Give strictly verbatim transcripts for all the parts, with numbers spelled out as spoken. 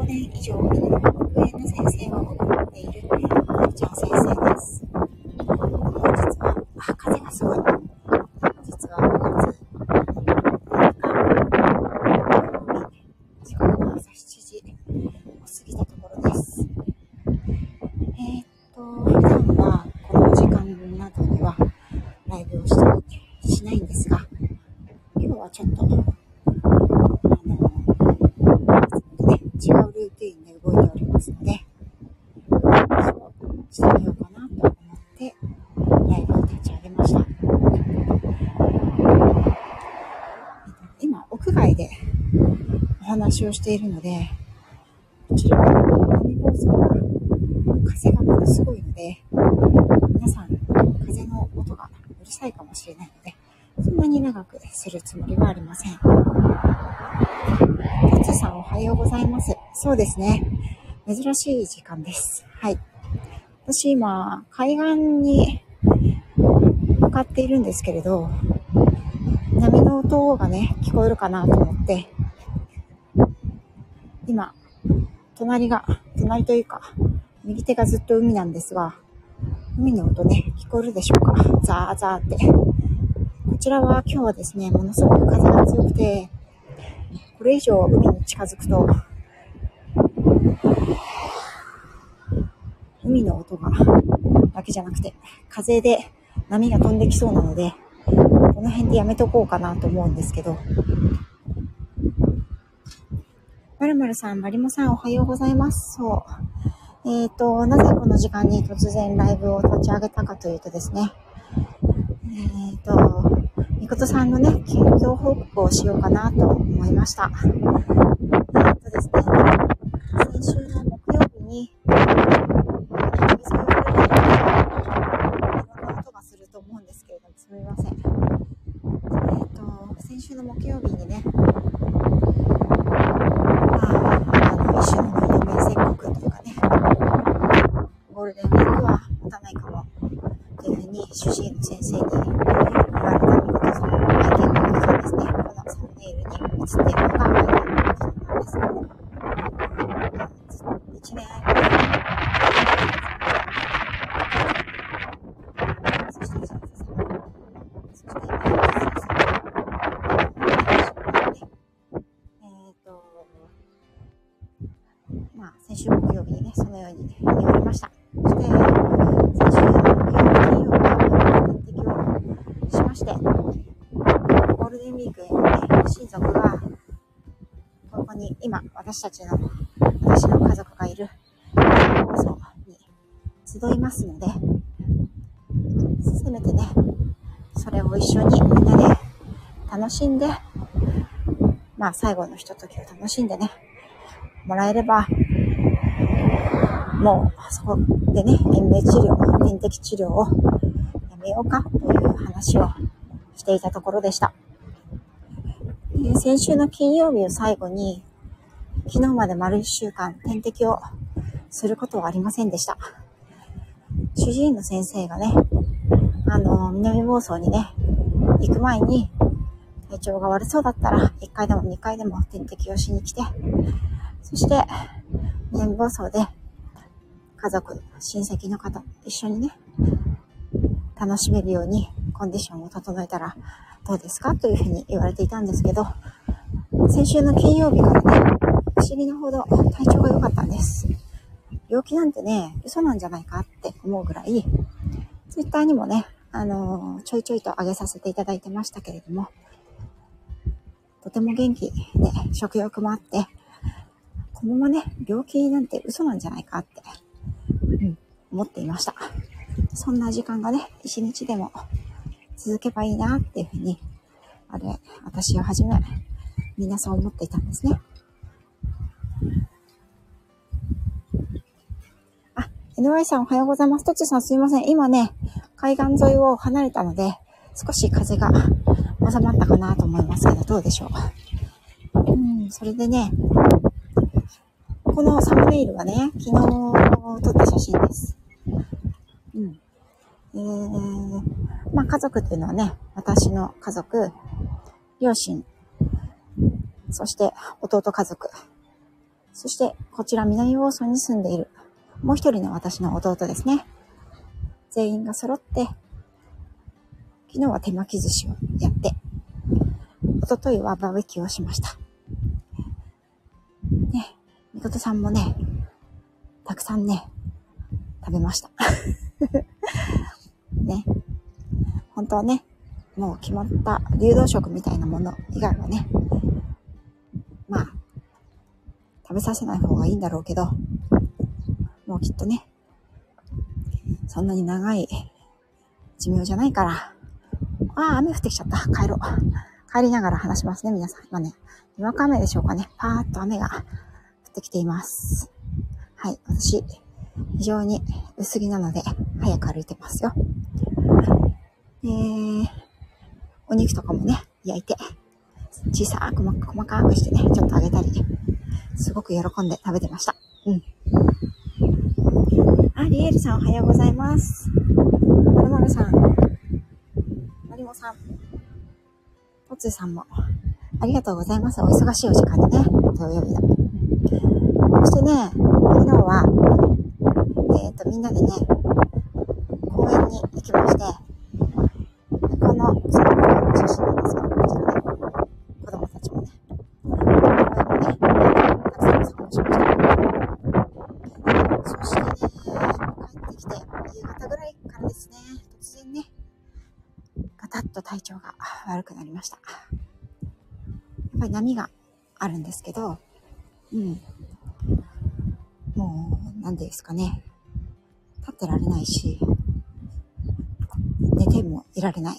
ねん以上、上野先生を送っているのりちゃん先生です。本日は、あ、風がすごい。本日はごがつ時刻は朝しちじを過ぎたところです。えー、っと、普段はこの時間などではライブをしたりしないんですが、今日はちょっと、あの、ね、違うルーティンで動いておりますので、そうしてみようかなと思ってライブを立ち上げました。今、屋外でお話をしているので、こちらの南房総は風がものすごいので、皆さん風の音がうるさいかもしれないので、そんなに長くするつもりはありません。たつさんおはようございます。そうですね。珍しい時間です。はい。私今、海岸に向かっているんですけれど、波の音がね、聞こえるかなと思って、今、隣が、隣というか、右手がずっと海なんですが、海の音ね、聞こえるでしょうか。ザーザーって。こちらは今日はですね、ものすごく風が強くて、これ以上海に近づくと、海の音がだけじゃなくて、風で波が飛んできそうなので、この辺でやめとこうかなと思うんですけど。まるまるさん、まりもさんおはようございます。そう。えっと、なぜこの時間に突然ライブを立ち上げたかというとですね、えっと、みことさんのね、近況報告をしようかなと思いました。えっとですね、先週の木曜日に、水を入れていろんな音がすると思うんですけれども、すみません。えっと、先週の木曜日にね、一種の余命宣告というかね、ゴールデンウィークは持たないかもというふうに主治医の先生に言われたみことさん、愛犬のことさんですね。このサムネイルに映っているのが愛犬のことさんなんですけど、いちねんぐらいそしてジャンプさん、そして愛犬先生、えっとまあ、先週木曜日にね、そのように言われました。そして、先週の木曜日、金曜日に点滴をしまして、ゴールデンウィークにね、親族が、ここに、今、私たちの、私の家族がいる、放送に集いますので、せめてね、それを一緒にみんなで楽しんで、まあ、最後のひとときを楽しんでね、もらえれば、もうそこでね、延命治療、点滴治療をやめようかという話をしていたところでした。で、先週の金曜日を最後に、昨日まで丸いっしゅうかん点滴をすることはありませんでした。主治医の先生がね、あの、南房総にね、行く前に、体調が悪そうだったら、いっかいでもにかいでも点滴をしに来て、そして、南房総で、家族、親戚の方、一緒にね、楽しめるようにコンディションを整えたらどうですかというふうに言われていたんですけど、先週の金曜日からね、不思議なほど体調が良かったんです。病気なんてね、嘘なんじゃないかって思うぐらい、ツイッターにもね、あのー、ちょいちょいと上げさせていただいてましたけれども、とても元気で食欲もあって、このままね、病気なんて嘘なんじゃないかって、うん、思っていました。そんな時間がね、一日でも続けばいいなっていうふうに、あれ、私をはじめ、みんなそう思っていたんですね。あ、エヌワイ さんおはようございます。トッツさんすいません。今ね、海岸沿いを離れたので、少し風が収まったかなと思いますけど、どうでしょう。うん、それでね、このサムネイルはね、昨日撮った写真です。うん。えー、まあ家族っていうのはね、私の家族、両親、そして弟家族、 そしてこちら南房総に住んでいるもう一人の私の弟ですね。全員が揃って昨日は手巻き寿司をやって、一昨日はバーベキューをしました。ね、みことさんもね、たくさんね、食べました。ね、本当はね、もう決まった流動食みたいなもの以外はね、まあ、食べさせない方がいいんだろうけど、もうきっとね、そんなに長い寿命じゃないから、ああ、雨降ってきちゃった。帰ろう。帰りながら話しますね、皆さん。今ね、にわか雨でしょうかね。パーッと雨が降ってきています。はい、私、非常に薄着なので、早く歩いてますよ。えー、お肉とかもね、焼いて、小さく細かくしてね、ちょっと揚げたり、すごく喜んで食べてました。うん。あ、リエルさんおはようございます。まるまるさん、まりもさん、とつーさんも、ありがとうございます。お忙しいお時間にね、土曜日だ。そしてね、昨日は、えっと、みんなでね、公園に行きまして、この、その公園の写真なんですけど、こちらね、子供たちもね、公園もね、たくさん散歩しました。そしてね、帰ってきて、夕方ぐらいからですね、突然ね、ガタッと体調が悪くなりました。やっぱり波があるんですけど、うん。もう、なんですかね。立ってられないし、寝てもいられない。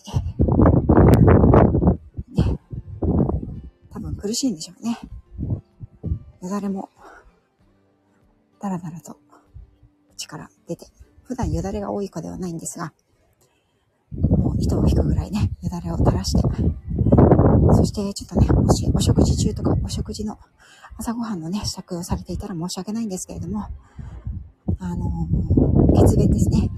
ね。多分苦しいんでしょうね。よだれも、だらだらと、口から出て。普段よだれが多い子ではないんですが、もう糸を引くぐらいね、よだれを垂らして、そしてちょっとね、もしお食事中とかお食事の朝ごはんのね、支度をされていたら申し訳ないんですけれども、あのー、血便ですね。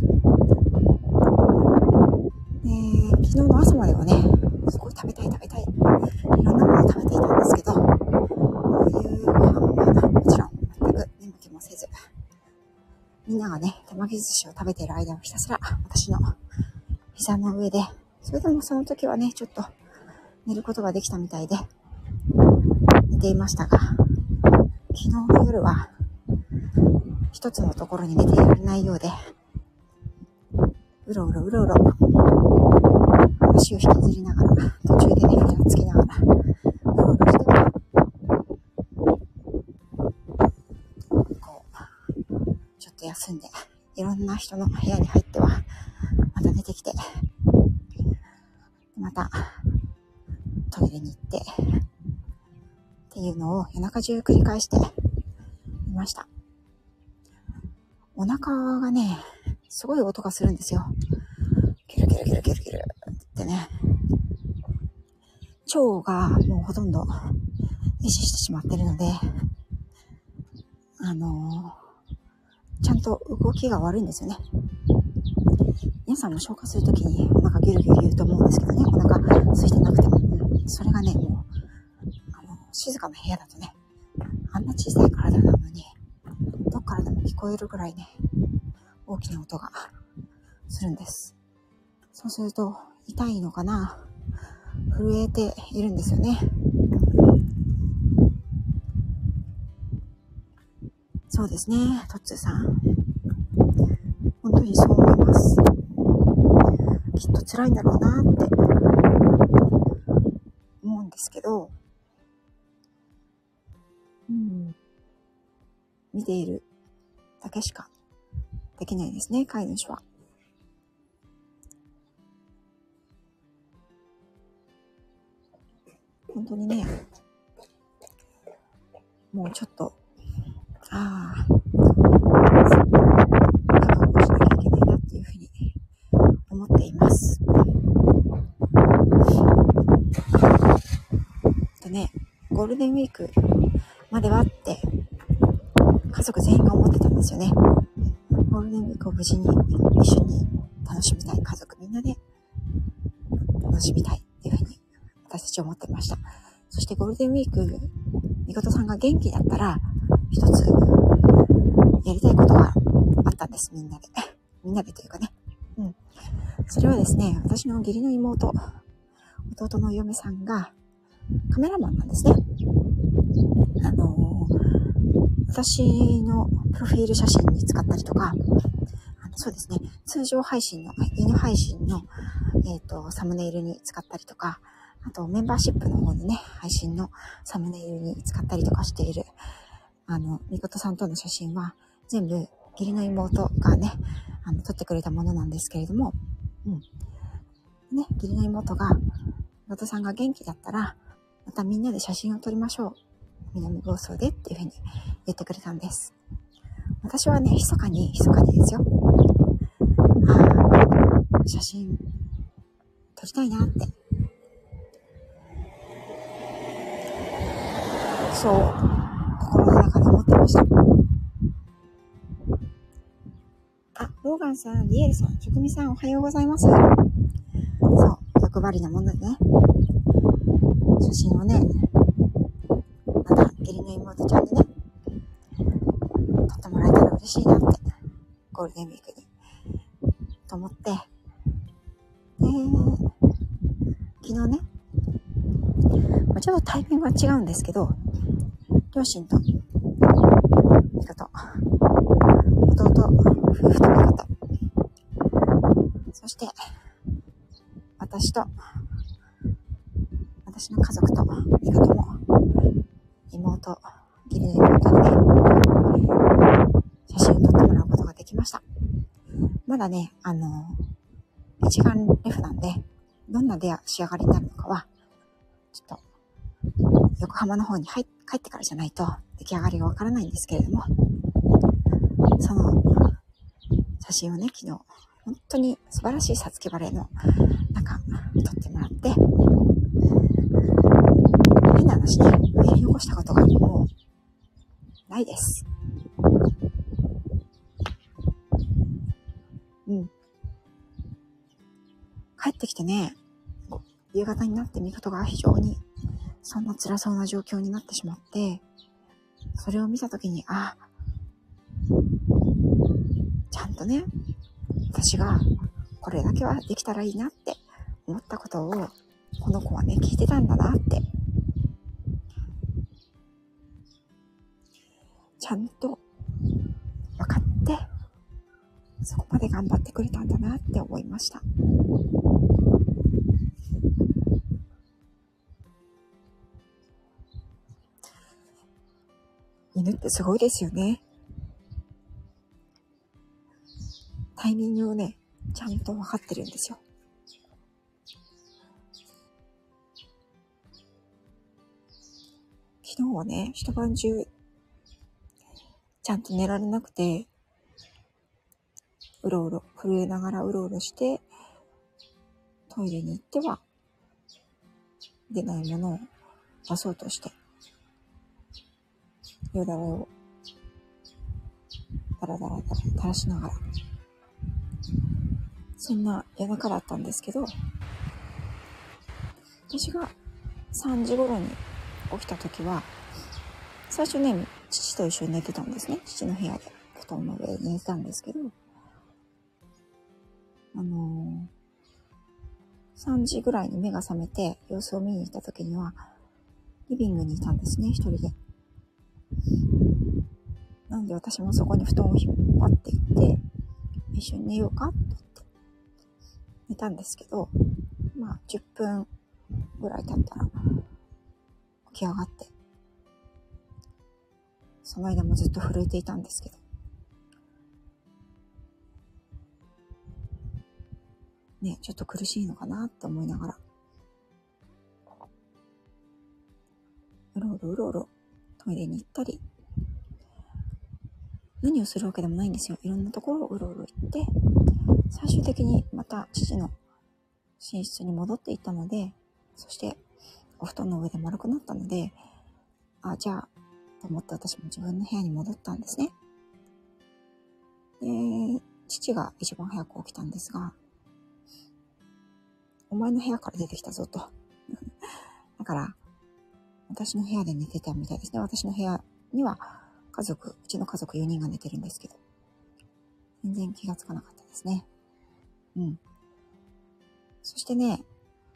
えー、昨日の朝まではね、すごい食べたい食べたい、いろんなものを食べていたんですけど、こういうご飯はもちろん全く見向きもせず、みんながね、手巻き寿司を食べている間をひたすら私の膝の上で、それでもその時はね、ちょっと寝ることができたみたいで、寝ていましたが、昨日の夜は、一つのところに寝ていられないようで、うろうろうろうろ、足を引きずりながら、途中でね、ふらつきながら、うろうろしては、こう、ちょっと休んで、いろんな人の部屋に入っては、また出てきて、また、トイレに行って、っていうのを夜中中繰り返していました。お腹がね、すごい音がするんですよ。キュルキュルキュルキュルキュルってね。腸がもうほとんど壊死してしまってるので、あのー、ちゃんと動きが悪いんですよね。皆さんも消化するときにお腹ギュルギュル言うと思うんですけどね、お腹空いてなくても、うん、それがね、もう、あの、静かな部屋だとね、あんな小さい体なのに、どっからでも聞こえるぐらいね、大きな音がするんです。そうすると、痛いのかな、震えているんですよね。そうですね、トッツーさん。本当にそう思います。きっと辛いんだろうなって思うんですけど、うん、見ているだけしかできないですね、飼い主は。本当にね、もうちょっと、ああ、覚悟しなきゃいけないなっていうふうに思っています。とね、ゴールデンウィークまではって家族全員が思ってたんですよね。ゴールデンウィークを無事に一緒に楽しみたい、家族みんなで楽しみたいっていうふうに私たち思ってました。そしてゴールデンウィーク、みことさんが元気だったら一つやりたいことがあったんです、みんなで。みんなでというかね。うん。それはですね、私の義理の妹、弟のお嫁さんがカメラマンなんですね。あのー、私のプロフィール写真に使ったりとか、あのそうですね、通常配信の、犬配信の、えっと、サムネイルに使ったりとか、あとメンバーシップの方のね、配信のサムネイルに使ったりとかしている、あの、みことさんとの写真は、全部、義理の妹がね、あの、撮ってくれたものなんですけれども、うん。ね、義理の妹が、みことさんが元気だったら、またみんなで写真を撮りましょう。南房総でっていうふうに言ってくれたんです。私はね、密かに、密かにですよ。ああ、写真、撮りたいなって。そう、心の中で思ってました。あ、ローガンさん、リエルさん、チョクミさん、おはようございます。そう、欲張りなものでね、写真をね、また、義理の妹ちゃんにね、撮ってもらえたら嬉しいなって、ゴールデンウィークに、と思って、えー、昨日ね、まあ、ちょっとタイミングは違うんですけど、両親と、味方、弟、夫婦と味方、そして、私と、私の家族と、味方も、妹、義理の妹にね、写真を撮ってもらうことができました。まだね、あの、一眼レフなんで、どんな出仕上がりになるのかは、ちょっと、横浜の方に入帰ってからじゃないと出来上がりがわからないんですけれども、その写真をね、昨日、本当に素晴らしいさつき晴れの中、撮ってもらって、変な話ね、やり残したことがもう、ないです。うん。帰ってきてね、夕方になってみることが非常に、そんな辛そうな状況になってしまって、それを見たときに、あ、ちゃんとね、私がこれだけはできたらいいなって思ったことを、この子はね、聞いてたんだなって。ちゃんと分かって、そこまで頑張ってくれたんだなって思いました。犬ってすごいですよね。タイミングをね、ちゃんと分かってるんですよ。昨日はね、一晩中、ちゃんと寝られなくて、うろうろ、震えながらうろうろして、トイレに行っては、出ないものを出そうとして、よだれを、ダラダラダラ垂らしながら、そんな夜中だったんですけど、私がさんじ頃に起きた時は、最初ね、父と一緒に寝てたんですね。父の部屋で、布団の上で寝てたんですけど、あのー、さんじぐらいに目が覚めて様子を見に行った時には、リビングにいたんですね、一人で。なので私もそこに布団を引っ張っていって、一緒に寝ようかって言って寝たんですけど、まあじゅっぷんぐらい経ったら起き上がって、その間もずっと震えていたんですけど、ね、ちょっと苦しいのかなって思いながら、うろうろうろうろトイレに行ったり、何をするわけでもないんですよ。いろんなところをうろうろ行って、最終的にまた父の寝室に戻っていったので、そしてお布団の上で丸くなったので、あ、じゃあと思って私も自分の部屋に戻ったんですね。で、父が一番早く起きたんですが、お前の部屋から出てきたぞと。だから私の部屋で寝てたみたいですね。私の部屋には家族、うちの家族よにんが寝てるんですけど、全然気がつかなかったですね。うん。そしてね、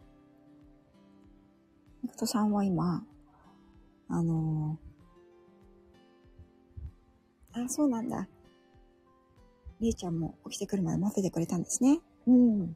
みことさんは今、あのー、あ、そうなんだ。れいちゃんも起きてくるまで待っててくれたんですね。うん。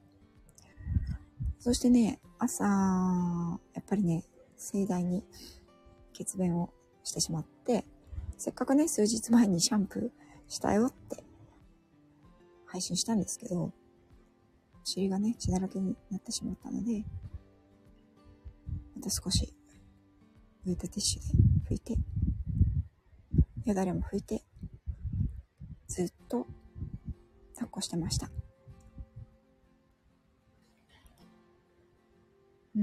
そしてね、朝、やっぱりね、盛大に血便をしてしまって、せっかくね、数日前にシャンプーしたよって配信したんですけど、お尻がね、血だらけになってしまったので、また少し、ウェットティッシュで拭いて、よだれも拭いて、ずっと抱っこしてました。うん。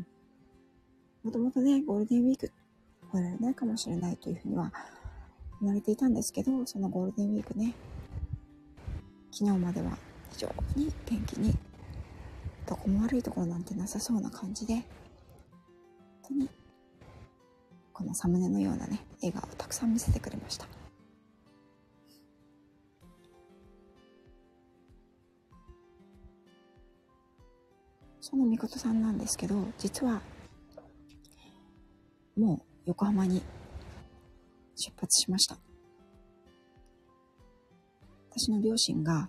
もともとね、ゴールデンウィーク超えられないかもしれないというふうには言われていたんですけど、そのゴールデンウィークね、昨日までは非常に元気に、どこも悪いところなんてなさそうな感じで、本当にこのサムネのようなね、笑顔をたくさん見せてくれました。そのみことさんなんですけど、実はもう横浜に出発しました。私の両親が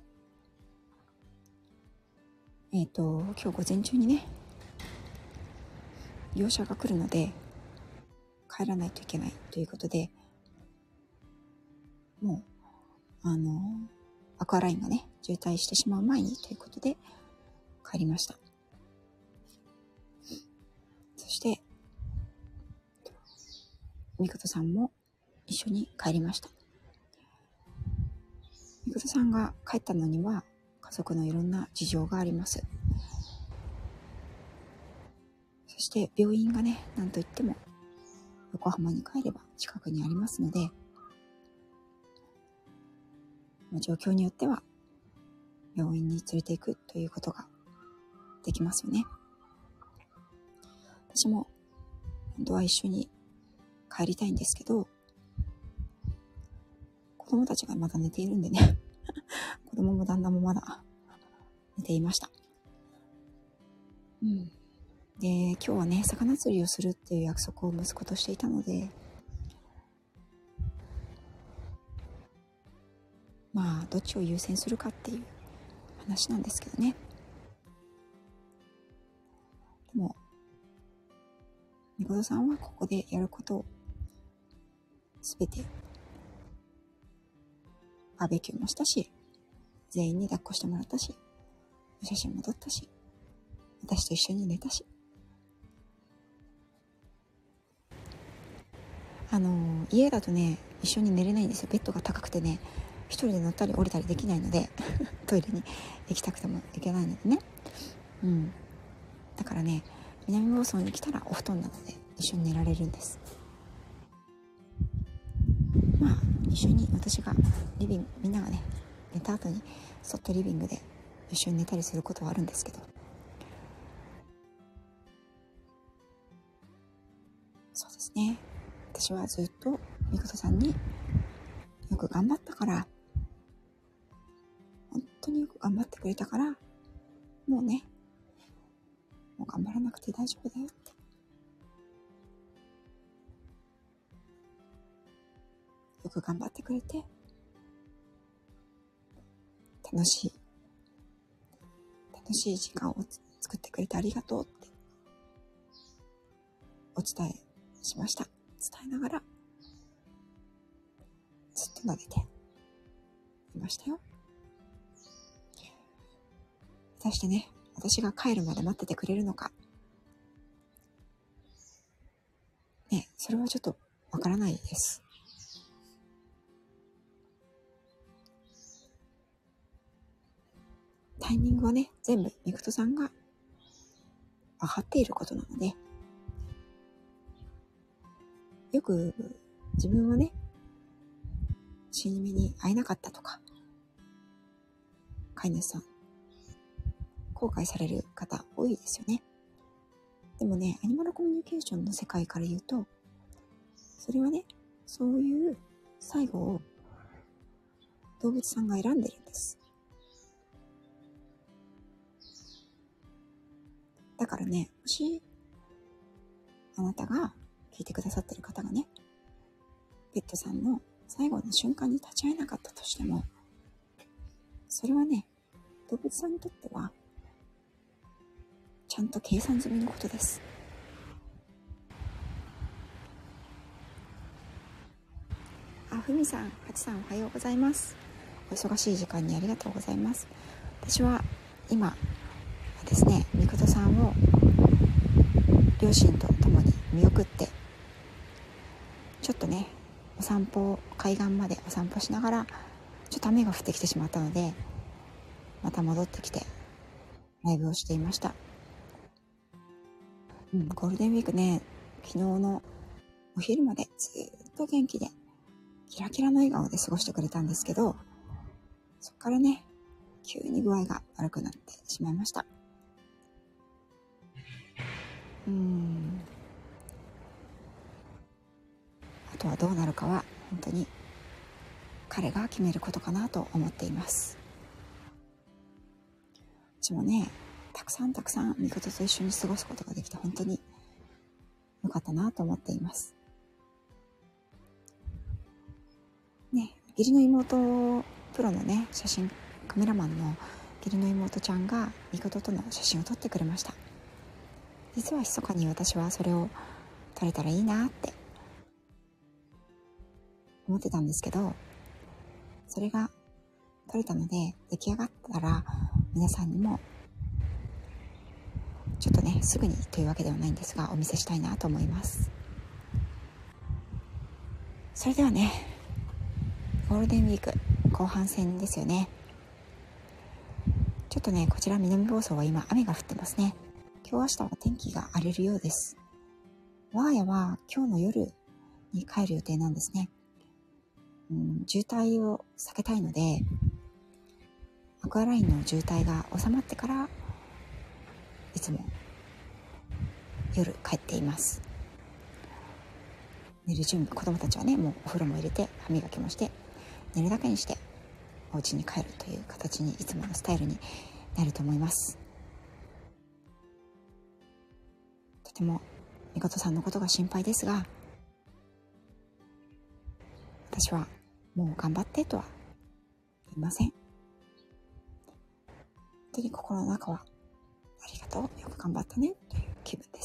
えっと今日午前中にね、業者が来るので帰らないといけないということで、もうあのアクアラインがね渋滞してしまう前にということで帰りました。そしてみことさんも一緒に帰りました。みことさんが帰ったのには家族のいろんな事情があります。そして病院がね、なんといっても横浜に帰れば近くにありますので、状況によっては病院に連れて行くということができますよね。私も本当は一緒に帰りたいんですけど、子供たちがまだ寝ているんでね子供も旦那もまだ寝ていました。うん。で、今日はね、魚釣りをするっていう約束を息子としていたので、まあどっちを優先するかっていう話なんですけどね。でもみことさんはここでやることをすべてバーベキューもしたし、全員に抱っこしてもらったし、お写真も撮ったし、私と一緒に寝たし、あのー、家だとね一緒に寝れないんですよ。ベッドが高くてね、一人で乗ったり降りたりできないのでトイレに行きたくても行けないのでね。うん。だからね、南房総に来たらお布団なので一緒に寝られるんです。まあ一緒に私がリビング、みんながね寝た後にそっとリビングで一緒に寝たりすることはあるんですけど、そうですね、私はずっとみことさんによく頑張ったから、本当によく頑張ってくれたから、もうね、もう頑張らなくて大丈夫だよって、よく頑張ってくれて楽しい楽しい時間を作ってくれてありがとうってお伝えしました。伝えながらずっと撫でていましたよ。果たしてね、私が帰るまで待っててくれるのかね、それはちょっとわからないです。タイミングはね、全部みことさんが分かっていることなので、よく自分はね、死に目に会えなかったとか、飼い主さん後悔される方多いですよね。でもね、アニマルコミュニケーションの世界から言うと、それはね、そういう最後を動物さんが選んでるんです。だからね、もしあなたが聞いてくださってる方がね、ペットさんの最後の瞬間に立ち会えなかったとしても、それはね、動物さんにとってはちゃんと計算済みのことです。あ、ふみさん、はちさん、おはようございます。お忙しい時間にありがとうございます。私は今ですね、みことさんを両親と共に見送って、ちょっとね、お散歩、海岸までお散歩しながら、ちょっと雨が降ってきてしまったので、また戻ってきてライブをしていました。うん、ゴールデンウィークね、昨日のお昼までずっと元気でキラキラの笑顔で過ごしてくれたんですけど、そこからね、急に具合が悪くなってしまいました。うーんあとはどうなるかは本当に彼が決めることかなと思っています。私もね、たくさんたくさんみことと一緒に過ごすことができて本当に良かったなと思っています。ね、義理の妹、プロのね、写真カメラマンの義理の妹ちゃんがみこととの写真を撮ってくれました。実は密かに私はそれを撮れたらいいなって思ってたんですけど、それが撮れたので出来上がったら皆さんにもちょっとね、すぐにというわけではないんですがお見せしたいなと思います。それではね、ゴールデンウィーク後半戦ですよね。ちょっとね、こちら南房総は今雨が降ってますね。今日明日は天気が荒れるようです。我が家は今日の夜に帰る予定なんですね。うん、渋滞を避けたいので、アクアラインの渋滞が収まってからいつも夜帰っています。寝る準備、子供たちはね、もうお風呂も入れて歯磨きもして寝るだけにしてお家に帰るという形に、いつものスタイルになると思います。とてもみことさんのことが心配ですが、私はもう頑張ってとは言いません。本当に心の中はありがとう、よく頑張ったねという気分です。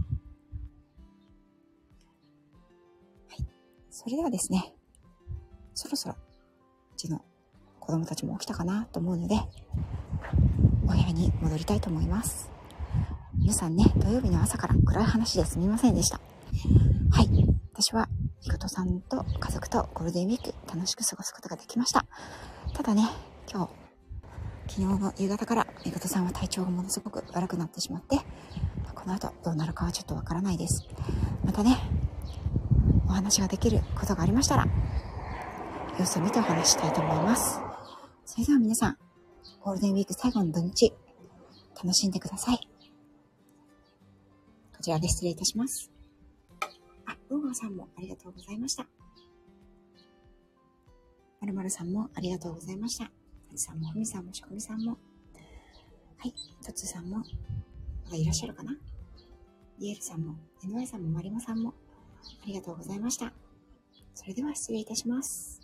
はい、それではですね、そろそろうちの子供たちも起きたかなと思うのでお部屋に戻りたいと思います。皆さんね、土曜日の朝から暗い話ですみませんでした。はい、私はみことさんと家族とゴールデンウィーク楽しく過ごすことができました。ただね、今日昨日の夕方からみことさんは体調がものすごく悪くなってしまって、この後どうなるかはちょっとわからないです。またね、お話ができることがありましたら様子を見てお話したいと思います。それでは皆さん、ゴールデンウィーク最後の土日楽しんでください。こちらで失礼いたします。あ、ローガーさんもありがとうございました。まるまるさんもありがとうございました。あじさんもふみさんもしこみさんも、はい、とつさんもまだいらっしゃるかな。リエルさんも エヌワイ さんもまりもさんもありがとうございました。それでは失礼いたします。